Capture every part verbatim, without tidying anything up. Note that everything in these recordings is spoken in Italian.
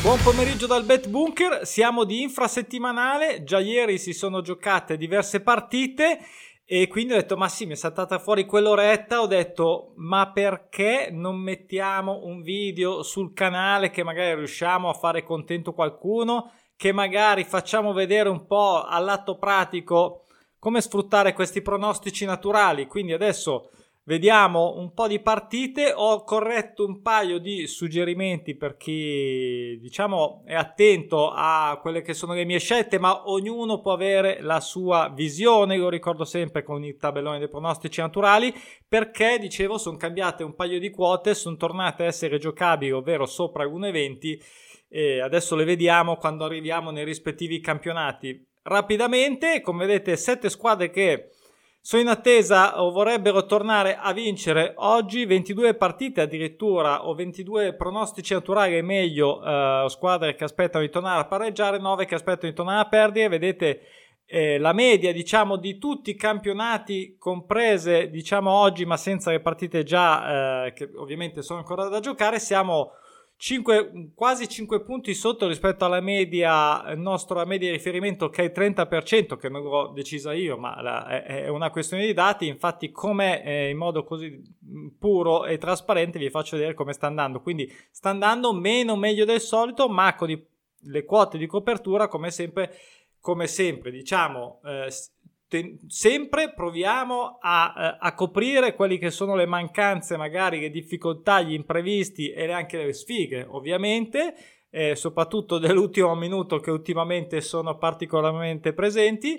Buon pomeriggio dal Bet Bunker, siamo di infrasettimanale, già ieri si sono giocate diverse partite e quindi ho detto ma sì, mi è saltata fuori quell'oretta, ho detto ma perché non mettiamo un video sul canale che magari riusciamo a fare contento qualcuno, che magari facciamo vedere un po' all'atto pratico come sfruttare questi pronostici naturali. Quindi adesso vediamo un po' di partite, ho corretto un paio di suggerimenti per chi diciamo è attento a quelle che sono le mie scelte, ma ognuno può avere la sua visione, lo ricordo sempre con il tabellone dei pronostici naturali, perché dicevo sono cambiate un paio di quote, sono tornate a essere giocabili, ovvero sopra l'uno virgola venti e adesso le vediamo quando arriviamo nei rispettivi campionati. Rapidamente, come vedete, sette squadre che sono in attesa o vorrebbero tornare a vincere oggi, ventidue partite addirittura o ventidue pronostici naturali, meglio eh, squadre che aspettano di tornare a pareggiare, nove che aspettano di tornare a perdere. Vedete eh, la media diciamo di tutti i campionati comprese diciamo oggi, ma senza le partite già eh, che ovviamente sono ancora da giocare. Siamo cinque, quasi cinque punti sotto rispetto alla media, il nostro media di riferimento che è il trenta per cento, che non l'ho decisa io, ma la, è, è una questione di dati. Infatti come eh, in modo così puro e trasparente vi faccio vedere come sta andando. Quindi sta andando meno meglio del solito, ma con i, le quote di copertura come sempre, come sempre diciamo eh, Ten- sempre proviamo a, a coprire quelli che sono le mancanze, magari le difficoltà, gli imprevisti e anche le sfighe ovviamente, eh, soprattutto dell'ultimo minuto che ultimamente sono particolarmente presenti,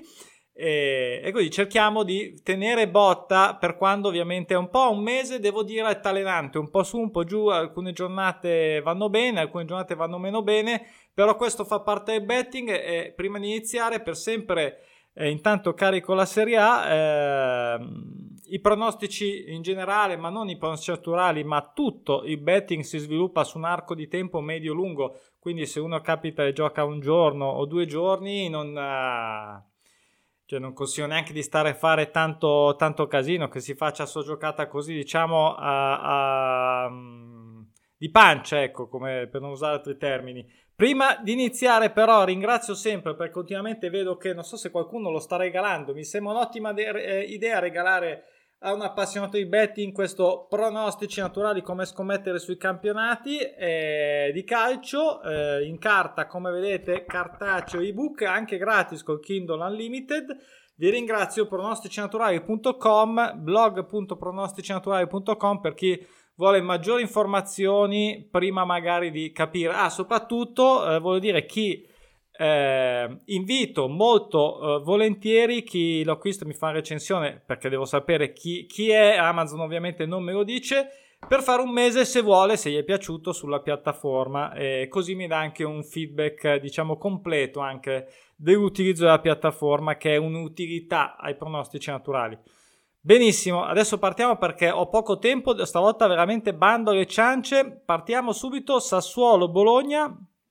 eh, e quindi cerchiamo di tenere botta per quando ovviamente è un po' un mese, devo dire, altalenante, un po' su un po' giù, alcune giornate vanno bene, alcune giornate vanno meno bene, però questo fa parte del betting. E prima di iniziare, per sempre Eh, intanto carico la Serie A, eh, i pronostici in generale, ma non i pronostici naturali, ma tutto il betting si sviluppa su un arco di tempo medio-lungo, quindi se uno capita e gioca un giorno o due giorni non, eh, cioè non consiglio neanche di stare a fare tanto, tanto casino, che si faccia sua giocata così diciamo a, a, di pancia, ecco, come per non usare altri termini. Prima di iniziare però ringrazio sempre perché ultimamente vedo che non so se qualcuno lo sta regalando, mi sembra un'ottima de- eh, idea regalare a un appassionato di betting questo pronostici naturali, come scommettere sui campionati eh, di calcio eh, in carta, come vedete, cartaceo, ebook, anche gratis col Kindle Unlimited. Vi ringrazio, pronostici naturali punto com, blog punto pronostici naturali punto com per chi vuole maggiori informazioni prima magari di capire. Ah, soprattutto eh, voglio dire chi eh, invito molto eh, volentieri chi lo acquista mi fa recensione, perché devo sapere chi, chi è. Amazon ovviamente non me lo dice, per fare un mese se vuole, se gli è piaciuto, sulla piattaforma, e così mi dà anche un feedback diciamo completo anche dell'utilizzo della piattaforma, che è un'utilità ai pronostici naturali. Benissimo, adesso partiamo perché ho poco tempo, stavolta veramente bando alle ciance. Partiamo subito, Sassuolo-Bologna,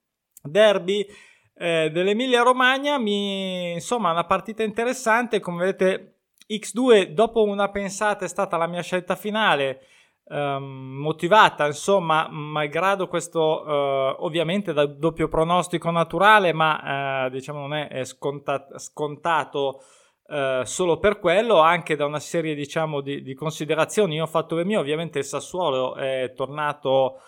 derby eh, dell'Emilia Romagna, mi, insomma una partita interessante, come vedete X due dopo una pensata è stata la mia scelta finale, ehm, motivata insomma, malgrado questo eh, ovviamente dal doppio pronostico naturale, ma eh, diciamo non è, è scontato, scontato Uh, solo per quello, anche da una serie diciamo di, di considerazioni. Io ho fatto le mie, ovviamente il Sassuolo è tornato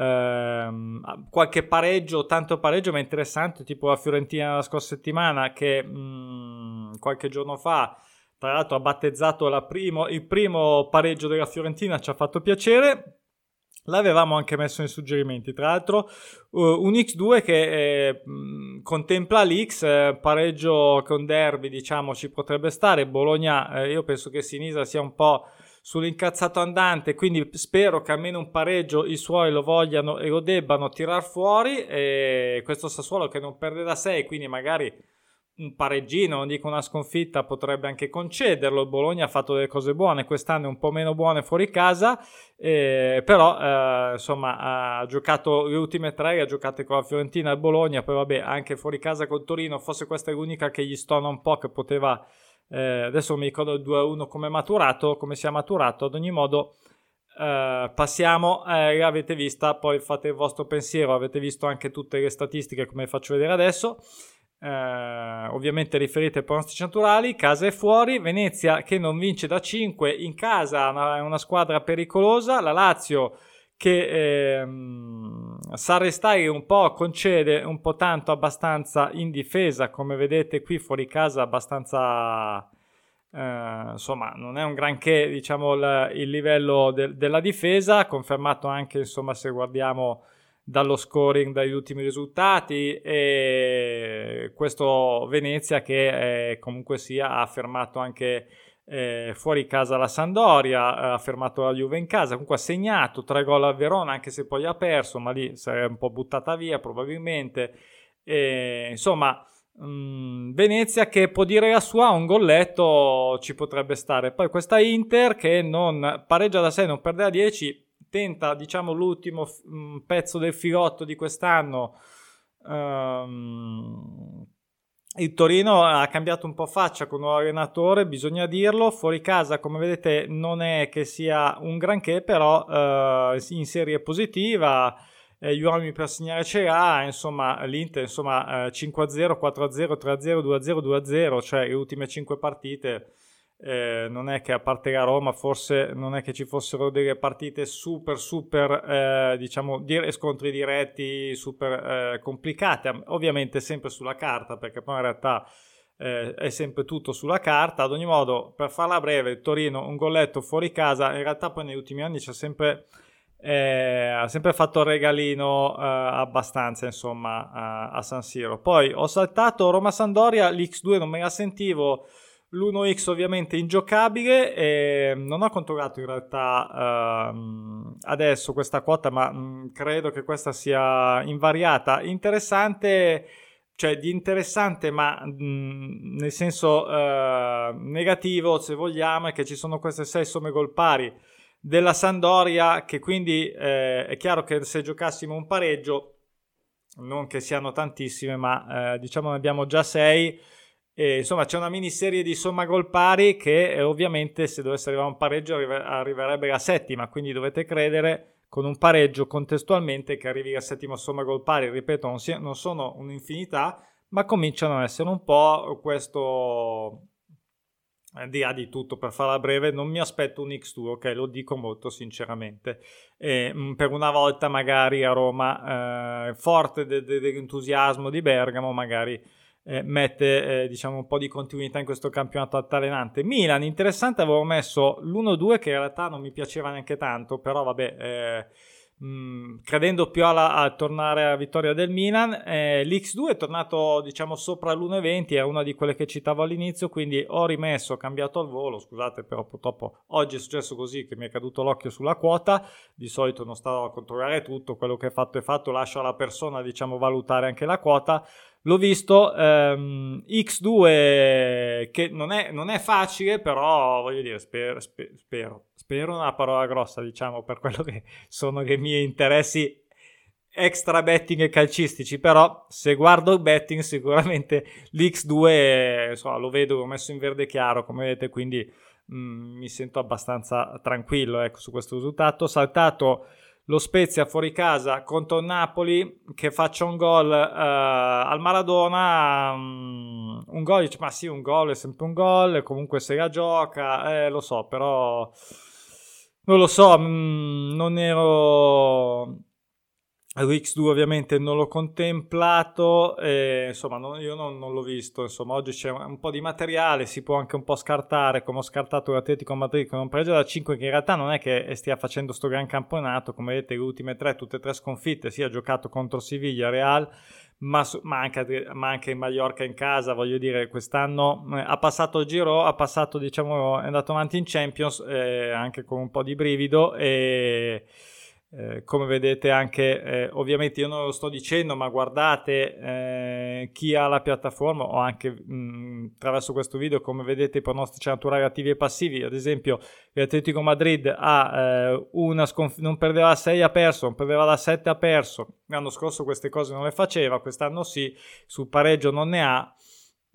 uh, qualche pareggio, tanto pareggio ma interessante, tipo la Fiorentina la scorsa settimana che mh, qualche giorno fa tra l'altro ha battezzato la primo, il primo pareggio della Fiorentina, ci ha fatto piacere. L'avevamo anche messo nei suggerimenti, tra l'altro uh, un X due che eh, mh, contempla l'X, eh, pareggio con derby diciamo ci potrebbe stare. Bologna eh, io penso che Sinisa sia un po' sull'incazzato andante, quindi spero che almeno un pareggio i suoi lo vogliano e lo debbano tirar fuori, e questo Sassuolo che non perde da sei, quindi magari un pareggino, non dico una sconfitta, potrebbe anche concederlo. Bologna ha fatto delle cose buone quest'anno, un po' meno buone fuori casa, eh, però eh, insomma ha giocato le ultime tre, ha giocato con la Fiorentina e il Bologna, poi vabbè anche fuori casa col Torino, forse questa è l'unica che gli stona un po', che poteva eh, adesso mi ricordo il due a uno come maturato, come si è maturato. Ad ogni modo Uh, passiamo, eh, avete vista, poi fate il vostro pensiero, avete visto anche tutte le statistiche come faccio vedere adesso. Uh, ovviamente riferite ai pronostici naturali, casa e fuori. Venezia che non vince da cinque in casa, è una squadra pericolosa. La Lazio che ehm, sa restare un po', concede un po' tanto, abbastanza in difesa, come vedete qui fuori casa abbastanza eh, insomma non è un granché, diciamo, il, il livello de- della difesa, confermato anche, insomma, se guardiamo dallo scoring, dagli ultimi risultati. E questo Venezia che eh, comunque sia ha fermato anche eh, fuori casa la Sampdoria, ha fermato la Juve in casa, comunque ha segnato tre gol al Verona, anche se poi ha perso, ma lì sarebbe un po' buttata via probabilmente. E, insomma, mh, Venezia che può dire la sua, un golletto ci potrebbe stare. Poi questa Inter che non pareggia da sei, non perde da dieci, tenta, diciamo, l'ultimo mh, pezzo del filotto di quest'anno. Um, il Torino ha cambiato un po' faccia con un nuovo allenatore, bisogna dirlo. Fuori casa, come vedete, non è che sia un granché, però uh, in serie positiva, eh, gli uomini per segnare ce l'ha. Insomma, l'Inter, insomma, uh, cinque a zero, quattro a zero, tre a zero, due a zero, due a zero, cioè le ultime cinque partite. Eh, non è che, a parte la Roma, forse non è che ci fossero delle partite super super eh, diciamo dire, scontri diretti super eh, complicate, ovviamente sempre sulla carta, perché poi in realtà eh, è sempre tutto sulla carta. Ad ogni modo, per farla breve, il Torino un golletto fuori casa, in realtà poi negli ultimi anni c'è sempre eh, ha sempre fatto il regalino eh, abbastanza, insomma, a, a San Siro. Poi ho saltato Roma-Sampdoria, l'X due non me la sentivo, l'uno x ovviamente ingiocabile, e non ho controllato in realtà uh, adesso questa quota, ma mh, credo che questa sia invariata. Interessante, cioè di interessante, ma mh, nel senso uh, negativo, se vogliamo, è che ci sono queste sei somme gol pari della Sampdoria, che quindi eh, è chiaro che se giocassimo un pareggio, non che siano tantissime, ma eh, diciamo ne abbiamo già sei. E, insomma, c'è una miniserie di somma gol pari che eh, ovviamente se dovesse arrivare a un pareggio arrive- arriverebbe la settima, quindi dovete credere con un pareggio contestualmente che arrivi la settima somma gol pari. Ripeto, non, si- non sono un'infinità, ma cominciano ad essere un po' questo. Al di là di tutto, per farla breve, non mi aspetto un X due, ok, lo dico molto sinceramente. E, mh, per una volta magari a Roma, eh, forte de- de- dell'entusiasmo di Bergamo, magari Eh, mette eh, diciamo un po' di continuità in questo campionato altalenante. Milan, interessante, avevo messo l'uno due che in realtà non mi piaceva neanche tanto, però vabbè, eh, mh, credendo più alla, a tornare alla vittoria del Milan. eh, l'X due è tornato, diciamo, sopra l'uno venti, è una di quelle che citavo all'inizio, quindi ho rimesso, ho cambiato al volo, scusate, però purtroppo oggi è successo così che mi è caduto l'occhio sulla quota. Di solito non stavo a controllare tutto, quello che è fatto è fatto, lascio alla persona, diciamo, valutare anche la quota. L'ho visto, ehm, X due che non è, non è facile, però voglio dire, spero, sper, spero, spero una parola grossa, diciamo, per quello che sono i miei interessi extra betting e calcistici, però se guardo il betting sicuramente l'X due insomma, lo vedo, l'ho messo in verde chiaro, come vedete, quindi mh, mi sento abbastanza tranquillo, ecco, su questo risultato. Ho saltato lo Spezia fuori casa contro il Napoli, che faccia un gol uh, al Maradona, um, un gol, dice, ma sì, un gol è sempre un gol, comunque se la gioca, eh, lo so, però non lo so, mh, non ero. X due ovviamente non l'ho contemplato, e, insomma non, io non, non l'ho visto, insomma oggi c'è un po' di materiale, si può anche un po' scartare, come ho scartato l'Atletico Madrid con un pareggio da cinque, che in realtà non è che stia facendo sto gran campionato, come vedete le ultime tre, tutte e tre sconfitte, sì, ha giocato contro Siviglia, Real, ma, ma, anche, ma anche in Mallorca in casa, voglio dire, quest'anno eh, ha passato il giro, ha passato, diciamo, è andato avanti in Champions, eh, anche con un po' di brivido, e Eh, come vedete anche, eh, ovviamente io non lo sto dicendo, ma guardate eh, chi ha la piattaforma, o anche mh, attraverso questo video, come vedete i pronostici naturali attivi e passivi. Ad esempio l'Atletico Madrid ha eh, una sconf- non perdeva da sei, ha perso, non perdeva da sette, ha perso. L'anno scorso queste cose non le faceva, quest'anno sì, sul pareggio non ne ha.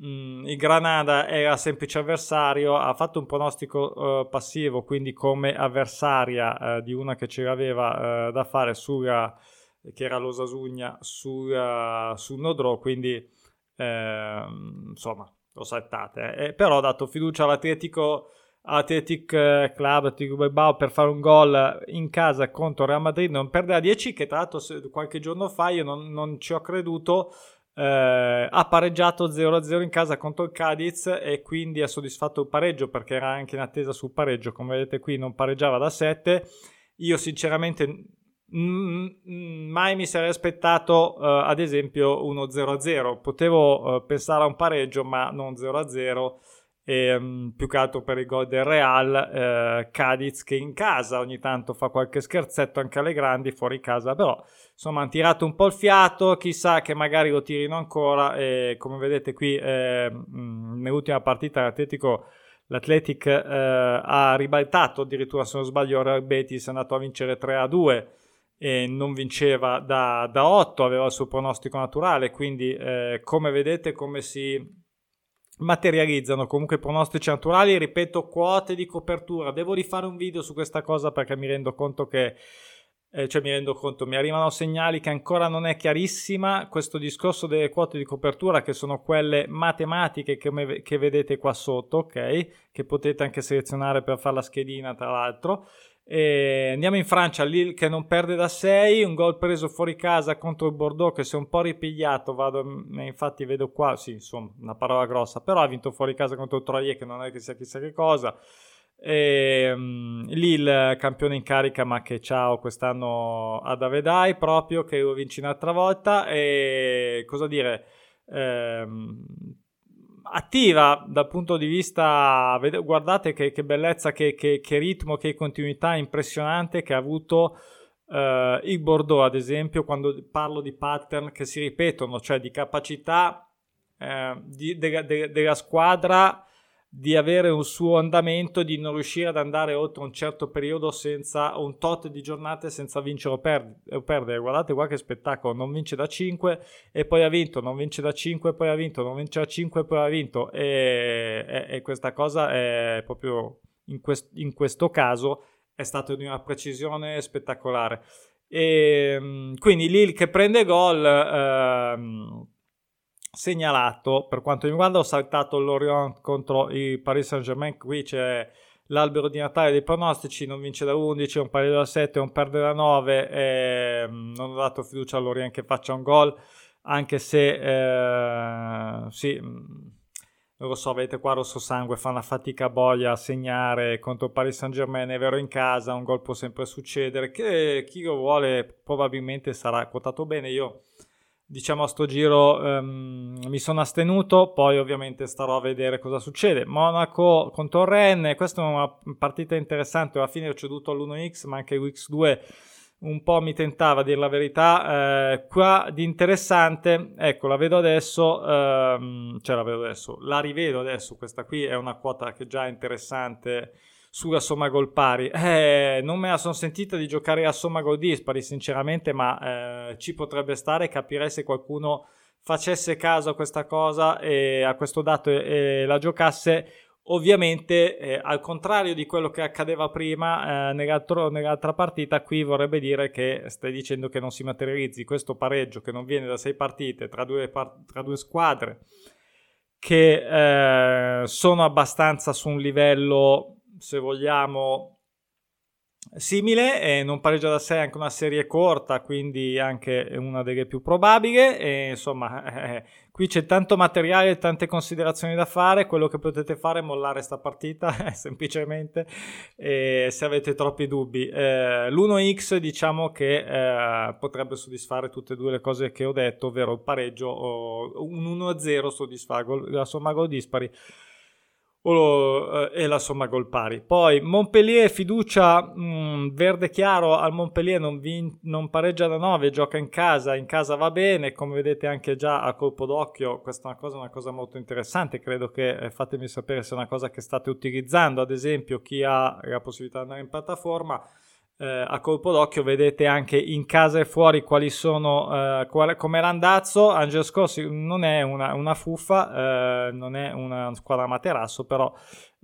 mh, il Granada era semplice avversario, ha fatto un pronostico uh, passivo, quindi come avversaria uh, di una che ce l'aveva uh, da fare sulla, che era l'Osasuna sulla, sul no draw, quindi eh, insomma lo saltate, eh. però ho dato fiducia all'Atletico Athletic Club Atletico Bilbao per fare un gol in casa contro Real Madrid, non perdere a dieci, che tra l'altro qualche giorno fa io non, non ci ho creduto. Eh, ha pareggiato zero a zero in casa contro il Cadiz e quindi ha soddisfatto il pareggio, perché era anche in attesa sul pareggio, come vedete qui non pareggiava da sette. Io sinceramente mm, mm, mai mi sarei aspettato uh, ad esempio uno zero a zero, potevo uh, pensare a un pareggio ma non zero a zero. E, um, più che altro per il gol del Real, eh, Cadiz che in casa ogni tanto fa qualche scherzetto anche alle grandi, fuori casa però insomma hanno tirato un po' il fiato, chissà che magari lo tirino ancora. E come vedete qui eh, nell'ultima partita l'Atletico l'Athletic eh, ha ribaltato addirittura, se non sbaglio il Betis è andato a vincere tre a due e non vinceva da, da otto, aveva il suo pronostico naturale, quindi eh, come vedete come si materializzano comunque i pronostici naturali. Ripeto, quote di copertura, devo rifare un video su questa cosa perché mi rendo conto che eh, cioè mi rendo conto mi arrivano segnali che ancora non è chiarissima questo discorso delle quote di copertura, che sono quelle matematiche che, me, che vedete qua sotto, ok, che potete anche selezionare per fare la schedina tra l'altro. E andiamo in Francia, Lille che non perde da sei, un gol preso fuori casa contro il Bordeaux che si è un po' ripigliato, vado, infatti vedo qua, sì insomma una parola grossa, però ha vinto fuori casa contro il Troyes che non è che sia chissà che cosa. E, um, Lille campione in carica ma che ciao quest'anno ad Avedai proprio, che lo vince un'altra volta. E cosa dire, ehm, attiva dal punto di vista, guardate che, che bellezza, che, che, che ritmo, che continuità impressionante che ha avuto uh, il Bordeaux ad esempio, quando parlo di pattern che si ripetono, cioè di capacità eh, di, de, de, della squadra di avere un suo andamento, di non riuscire ad andare oltre un certo periodo senza un tot di giornate senza vincere o, per, o perdere. Guardate qua che spettacolo, non vince da cinque e poi ha vinto, non vince da cinque e poi ha vinto, non vince da cinque e poi ha vinto, e, e, e questa cosa è proprio in, quest, in questo caso è stata di una precisione spettacolare. E quindi Lille che prende gol, ehm, segnalato. Per quanto mi riguarda ho saltato l'Orient contro il Paris Saint-Germain, qui c'è l'albero di Natale dei pronostici, non vince da undici, un pareggio da sette, un perde da nove, e non ho dato fiducia all'Orient che faccia un gol, anche se eh, sì, non lo so, vedete qua rosso sangue, fa una fatica boia a segnare contro il Paris Saint-Germain, è vero in casa, un gol può sempre succedere, che chi lo vuole probabilmente sarà quotato bene. Io diciamo a sto giro um, mi sono astenuto, poi ovviamente starò a vedere cosa succede. Monaco contro Rennes, questa è una partita interessante, alla fine ho ceduto all'uno x ma anche l'U X due un po' mi tentava a dire la verità. Eh, qua di interessante, ecco la vedo adesso, ehm, cioè la vedo adesso, la rivedo adesso, questa qui è una quota che già è interessante sulla somma gol pari. Eh, non me la sono sentita di giocare a somma gol dispari sinceramente, ma eh, ci potrebbe stare, capirei se qualcuno facesse caso a questa cosa e a questo dato e, e la giocasse. Ovviamente eh, al contrario di quello che accadeva prima eh, nell'altro, nell'altra partita, qui vorrebbe dire che stai dicendo che non si materializzi questo pareggio che non viene da sei partite tra due, par- tra due squadre che eh, sono abbastanza su un livello, se vogliamo, simile, e non pareggia da sei anche una serie corta, quindi anche una delle più probabili. E insomma eh, qui c'è tanto materiale e tante considerazioni da fare. Quello che potete fare è mollare sta partita semplicemente, eh, se avete troppi dubbi. eh, l'uno x diciamo che eh, potrebbe soddisfare tutte e due le cose che ho detto, ovvero il pareggio o un uno a zero soddisfa la somma gol dispari e la somma gol pari. Poi Montpellier, fiducia mh, verde chiaro al Montpellier, non, vin- non pareggia da nove, gioca in casa, in casa va bene, come vedete anche già a colpo d'occhio. Questa è una cosa, una cosa molto interessante, credo che eh, fatemi sapere se è una cosa che state utilizzando, ad esempio chi ha la possibilità di andare in piattaforma. eh, a colpo d'occhio vedete anche in casa e fuori quali sono, eh, qual, com'è l'andazzo. Angels Corsi non è una, una fuffa, eh, non è una squadra materasso, però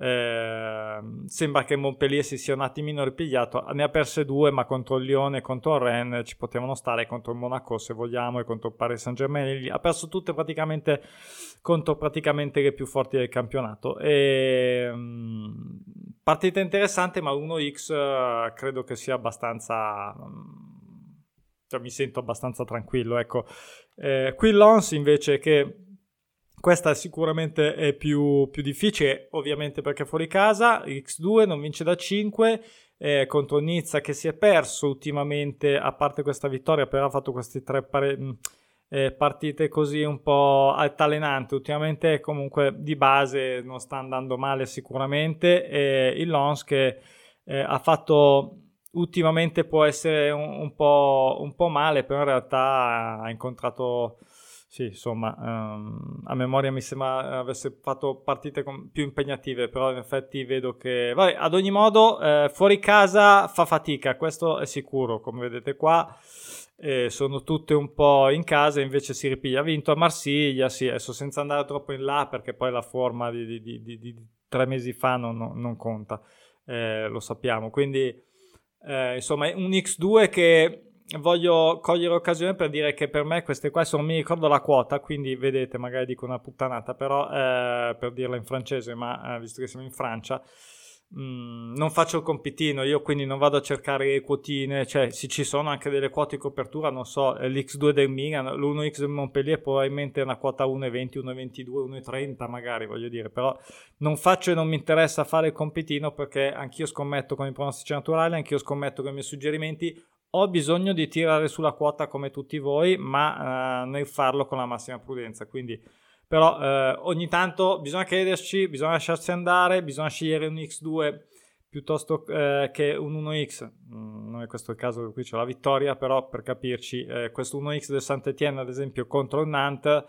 eh, sembra che Montpellier si sia un attimino ripigliato. Ne ha perse due, ma contro il Lione e contro il Rennes ci potevano stare, contro il Monaco se vogliamo e contro il Paris Saint-Germain ha perso tutte praticamente contro praticamente le più forti del campionato. E, um, partita interessante, ma uno x uh, credo che sia abbastanza um, cioè mi sento abbastanza tranquillo, ecco. Eh, qui Lens invece, che questa sicuramente è più, più difficile, ovviamente perché fuori casa, x due non vince da cinque, eh, contro Nizza che si è perso ultimamente, a parte questa vittoria, però ha fatto queste tre pare- eh, partite così un po' altalenanti. Ultimamente comunque di base non sta andando male sicuramente, e il Lens che eh, ha fatto ultimamente può essere un, un, po', un po' male, però in realtà ha incontrato... Sì, insomma, um, a memoria mi sembra avesse fatto partite con, più impegnative, però in effetti vedo che... Vabbè, ad ogni modo, eh, fuori casa fa fatica, questo è sicuro, come vedete qua, eh, sono tutte un po' in casa, invece si ripiglia. Ha vinto a Marsiglia, sì, adesso senza andare troppo in là, perché poi la forma di, di, di, di, di tre mesi fa non, non, non conta, eh, lo sappiamo. Quindi, eh, insomma, un x due che... Voglio cogliere l'occasione per dire che per me queste qua sono, mi ricordo la quota, quindi vedete, magari dico una puttanata, però eh, per dirla in francese, ma eh, visto che siamo in Francia, mh, non faccio il compitino, io quindi non vado a cercare le quotine, cioè sì, ci sono anche delle quote di copertura, non so, l'X due del Milan, l'uno x del Montpellier probabilmente è una quota uno virgola venti, uno virgola ventidue, uno virgola trenta magari, voglio dire, però non faccio e non mi interessa fare il compitino, perché anch'io scommetto con i pronostici naturali, anch'io scommetto con i miei suggerimenti. Ho bisogno di tirare sulla quota come tutti voi, ma eh, nel farlo con la massima prudenza. Quindi, però, eh, ogni tanto bisogna crederci, bisogna lasciarsi andare, bisogna scegliere un x due piuttosto eh, che un uno x. Mm, non è questo il caso, qui c'è la vittoria, però per capirci, eh, questo uno x del Saint-Étienne, ad esempio, contro il Nantes.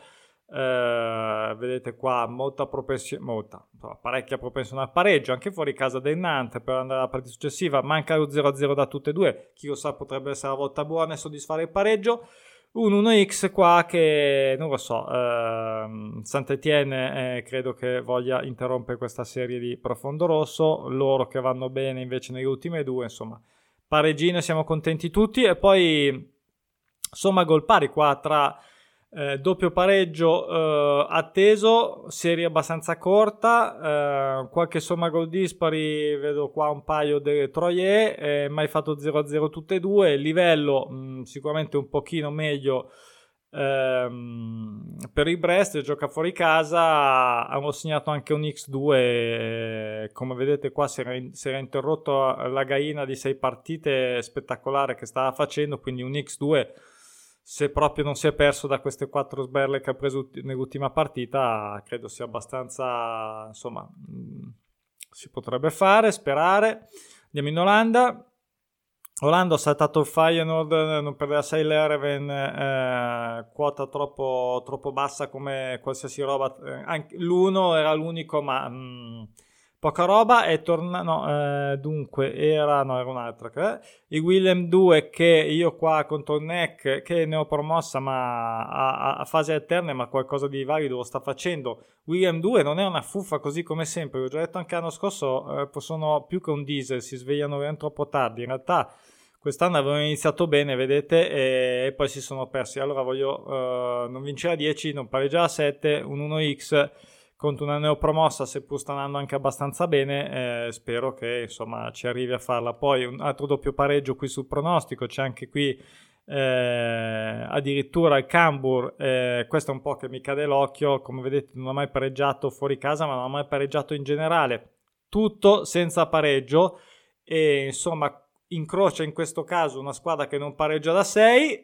Uh, vedete qua molta propensione, molta, parecchia propensione al pareggio anche fuori casa del Nantes per andare alla partita successiva. Manca lo zero a zero da tutte e due, chi lo sa, potrebbe essere la volta buona e soddisfare il pareggio. Un uno x qua che non lo so, uh, Saint-Étienne eh, credo che voglia interrompere questa serie di profondo rosso, loro che vanno bene invece nelle ultime due, insomma pareggino, siamo contenti tutti. E poi insomma gol pari qua tra Eh, doppio pareggio eh, atteso, serie abbastanza corta, eh, qualche somma gol dispari, vedo qua un paio delle troie, eh, mai fatto zero a zero tutte e due, livello mh, sicuramente un pochino meglio ehm, per il Brest, gioca fuori casa, hanno segnato anche un x due, eh, come vedete qua si era, in, si era interrotto la gaina di sei partite spettacolare che stava facendo, quindi un x due, se proprio non si è perso da queste quattro sberle che ha preso nell'ultima partita, credo sia abbastanza, insomma, mh, si potrebbe fare, sperare. Andiamo in Olanda. Olanda ha saltato il Feyenoord, non perdeva sei l'Ereven, eh, quota troppo, troppo bassa come qualsiasi roba. Eh, anche l'uno era l'unico, ma... Mh, poca roba. È tornato, no, eh, dunque era, no, era un'altra, eh? Il Willem due che io qua contro il N E C, che ne ho promossa ma a, a fase alterne, ma qualcosa di valido lo sta facendo. Willem due non è una fuffa, così come sempre, l'ho già detto anche l'anno scorso, eh, sono più che un diesel, si svegliano veramente troppo tardi. In realtà quest'anno avevano iniziato bene, vedete, e, e poi si sono persi. Allora voglio uh, non vincere a dieci, non pareggiare a sette, un uno x contro una neopromossa, seppur sta andando anche abbastanza bene, eh, spero che insomma ci arrivi a farla. Poi un altro doppio pareggio qui sul pronostico, c'è anche qui eh, addirittura il Cambur, eh, questo è un po' che mi cade l'occhio, come vedete non ha mai pareggiato fuori casa, ma non ha mai pareggiato in generale, tutto senza pareggio, e insomma incrocia in questo caso una squadra che non pareggia da sei,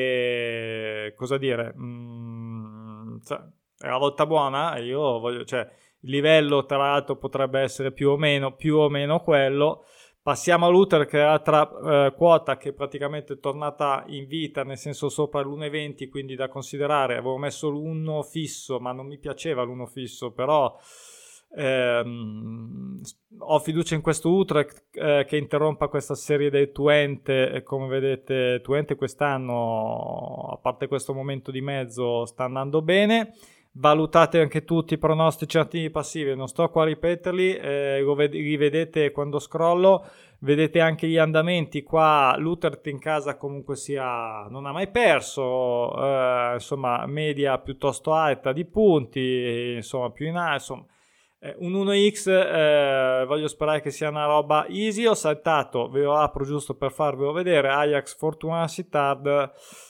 e cosa dire, mm, cioè, è la volta buona, io voglio, cioè il livello tra l'altro potrebbe essere più o meno, più o meno quello. Passiamo all'Uther, che è l'altra eh, quota che praticamente è tornata in vita, nel senso sopra l'uno virgola venti, quindi da considerare. Avevo messo l'uno fisso, ma non mi piaceva l'uno fisso, però Ehm, ho fiducia in questo Utrecht eh, che interrompa questa serie dei Twente, e come vedete Twente quest'anno, a parte questo momento di mezzo, sta andando bene. Valutate anche tutti i pronostici attivi e passivi, non sto qua a ripeterli, eh, li vedete quando scrollo, vedete anche gli andamenti qua. L'Utrecht in casa comunque sia non ha mai perso, eh, insomma media piuttosto alta di punti, insomma più in alto, insomma eh, un uno x, eh, voglio sperare che sia una roba easy. Ho saltato, ve lo apro giusto per farvelo vedere, Ajax Fortuna Sittard,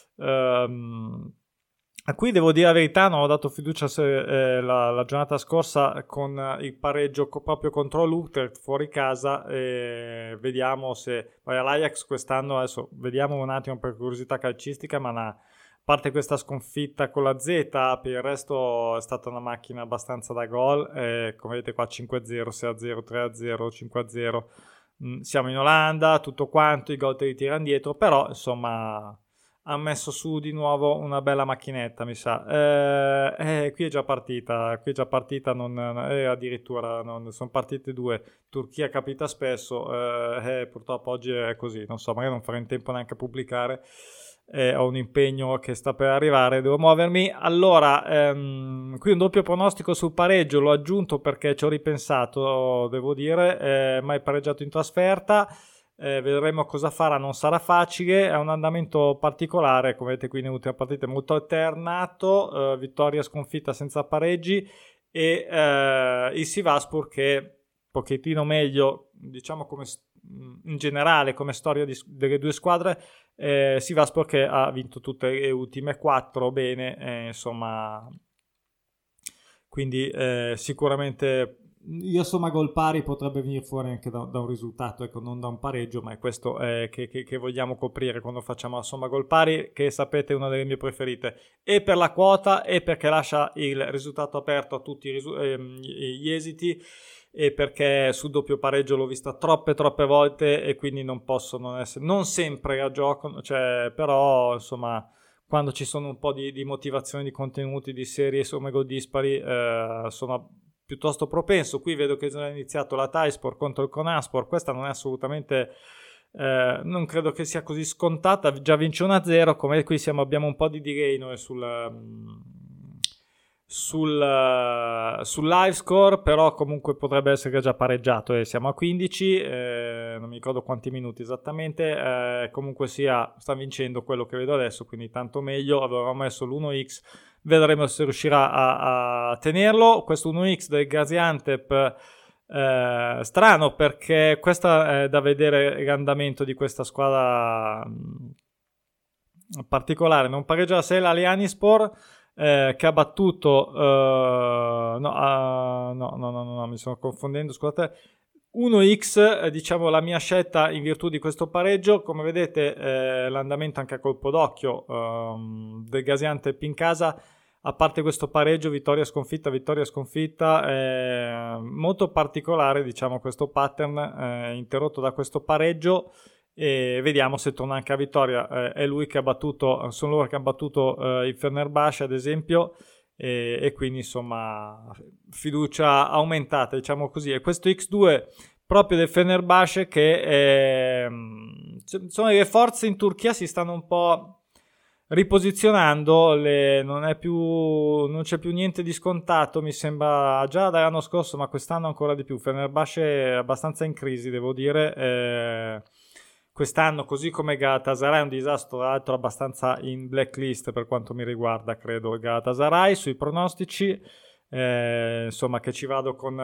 ehm, a cui devo dire la verità non ho dato fiducia se, eh, la, la giornata scorsa con il pareggio co- proprio contro l'Utrecht fuori casa, e vediamo se vai l'Ajax quest'anno, adesso vediamo un attimo per curiosità calcistica, ma na, a parte questa sconfitta con la Z, per il resto è stata una macchina abbastanza da gol, eh, come vedete qua cinque a zero, sei a zero, tre a zero, cinque a zero, mm, siamo in Olanda, tutto quanto, i gol te li tirano dietro, però insomma ha messo su di nuovo una bella macchinetta, mi sa. Eh, eh, qui è già partita, qui è già partita, non, eh, addirittura non, sono partite due. Turchia capita spesso, eh, eh, purtroppo oggi è così, non so, magari non farò in tempo neanche a pubblicare. Eh, ho un impegno che sta per arrivare, devo muovermi. Allora, ehm, qui un doppio pronostico sul pareggio, l'ho aggiunto perché ci ho ripensato, devo dire, eh, mai pareggiato in trasferta. Eh, vedremo cosa farà, non sarà facile, è un andamento particolare, come vedete qui nelle ultime partite molto alternato, eh, vittoria sconfitta senza pareggi, e eh, il Sivasspor che un pochettino meglio, diciamo come in generale come storia di, delle due squadre, eh, Sivasspor che ha vinto tutte le ultime quattro bene, eh, insomma, quindi eh, sicuramente io somma gol pari potrebbe venire fuori anche da, da un risultato, ecco, non da un pareggio, ma è questo eh, che, che, che vogliamo coprire quando facciamo la somma gol pari, che sapete è una delle mie preferite, e per la quota e perché lascia il risultato aperto a tutti i risu- ehm, gli esiti, e perché sul doppio pareggio l'ho vista troppe troppe volte e quindi non posso non essere, non sempre a gioco, cioè, però insomma quando ci sono un po' di, di motivazione, di contenuti, di serie somme gol dispari, eh, sono piuttosto propenso. Qui vedo che è iniziato la Taispor contro il Konyaspor, questa non è assolutamente, eh, non credo che sia così scontata, già vince uno a zero, come qui siamo, abbiamo un po' di delay noi sul sul, sul live score, però comunque potrebbe essere già pareggiato e siamo a quindici, eh, non mi ricordo quanti minuti esattamente, eh, comunque sia sta vincendo quello che vedo adesso, quindi tanto meglio. Avevo messo l'uno x, vedremo se riuscirà a, a tenerlo. Questo uno x del Gaziantep, eh, strano, perché questo è da vedere l'andamento di questa squadra mh, particolare. Non pareggia la sei l'Alianispor, eh, che ha battuto uh, no, uh, no, no, no, no, no, mi sono confondendo, scusate. uno x, eh, diciamo la mia scelta in virtù di questo pareggio. Come vedete, eh, l'andamento anche a colpo d'occhio um, del Gaziantep in casa, a parte questo pareggio, vittoria sconfitta, vittoria sconfitta, eh, molto particolare, diciamo, questo pattern, eh, interrotto da questo pareggio, e vediamo se torna anche a vittoria. Eh, è lui che ha battuto, sono loro che hanno battuto eh, il Fenerbahce ad esempio, e, e quindi insomma fiducia aumentata, diciamo così. E questo x due proprio del Fenerbahce che è, insomma, le forze in Turchia si stanno un po' riposizionando, le, non è più, non c'è più niente di scontato, mi sembra, già dall'anno scorso, ma quest'anno ancora di più. Fenerbahce è abbastanza in crisi, devo dire, eh, quest'anno, così come Galatasaray, è un disastro, tra l'altro abbastanza in blacklist per quanto mi riguarda, credo, Galatasaray sui pronostici, eh, insomma, che ci vado con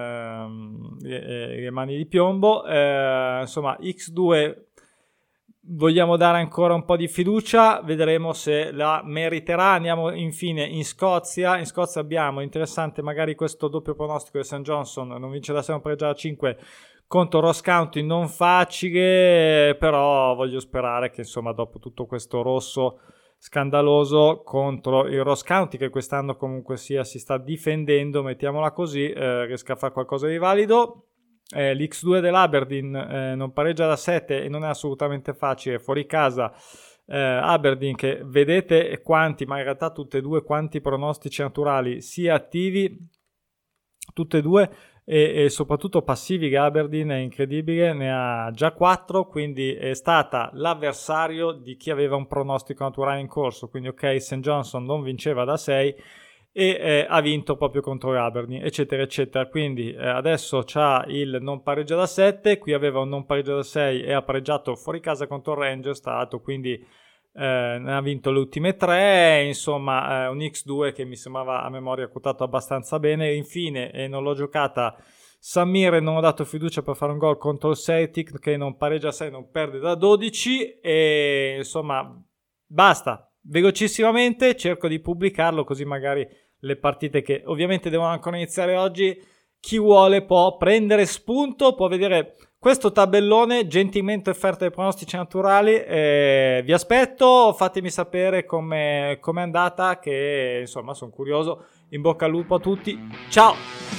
ehm, le, le mani di piombo, eh, insomma x due vogliamo dare ancora un po' di fiducia, vedremo se la meriterà. Andiamo infine in Scozia. In Scozia abbiamo interessante magari questo doppio pronostico di Saint Johnson, non vince da sei, non pareggia da cinque, contro Ross County, non facile, però voglio sperare che insomma dopo tutto questo rosso scandaloso contro il Ross County, che quest'anno comunque sia si sta difendendo, mettiamola così, eh, riesca a fare qualcosa di valido. Eh, l'X due dell'Aberdeen eh, non pareggia da sette e non è assolutamente facile fuori casa. eh, Aberdeen, che vedete quanti, ma in realtà tutte e due, quanti pronostici naturali sia attivi, tutte e due, e, e soprattutto passivi. Aberdeen è incredibile, ne ha già quattro, quindi è stata l'avversario di chi aveva un pronostico naturale in corso, quindi ok, Saint Johnstone non vinceva da sei e eh, ha vinto proprio contro Aberdeen, eccetera eccetera. Quindi eh, adesso c'ha il non pareggia da sette, qui aveva un non pareggia da sei e ha pareggiato fuori casa contro il Rangers, stato, quindi Eh, ne ha vinto le ultime tre, insomma eh, un X due che mi sembrava a memoria quotato abbastanza bene. Infine, e non l'ho giocata, Samir, non ho dato fiducia per fare un gol contro il Celtic che non pareggia sei, non perde da dodici, e insomma basta, velocissimamente cerco di pubblicarlo così magari le partite che ovviamente devono ancora iniziare oggi, chi vuole può prendere spunto, può vedere questo tabellone gentilmente offerto ai pronostici naturali. Eh, vi aspetto, fatemi sapere come è andata, che insomma sono curioso. In bocca al lupo a tutti, ciao!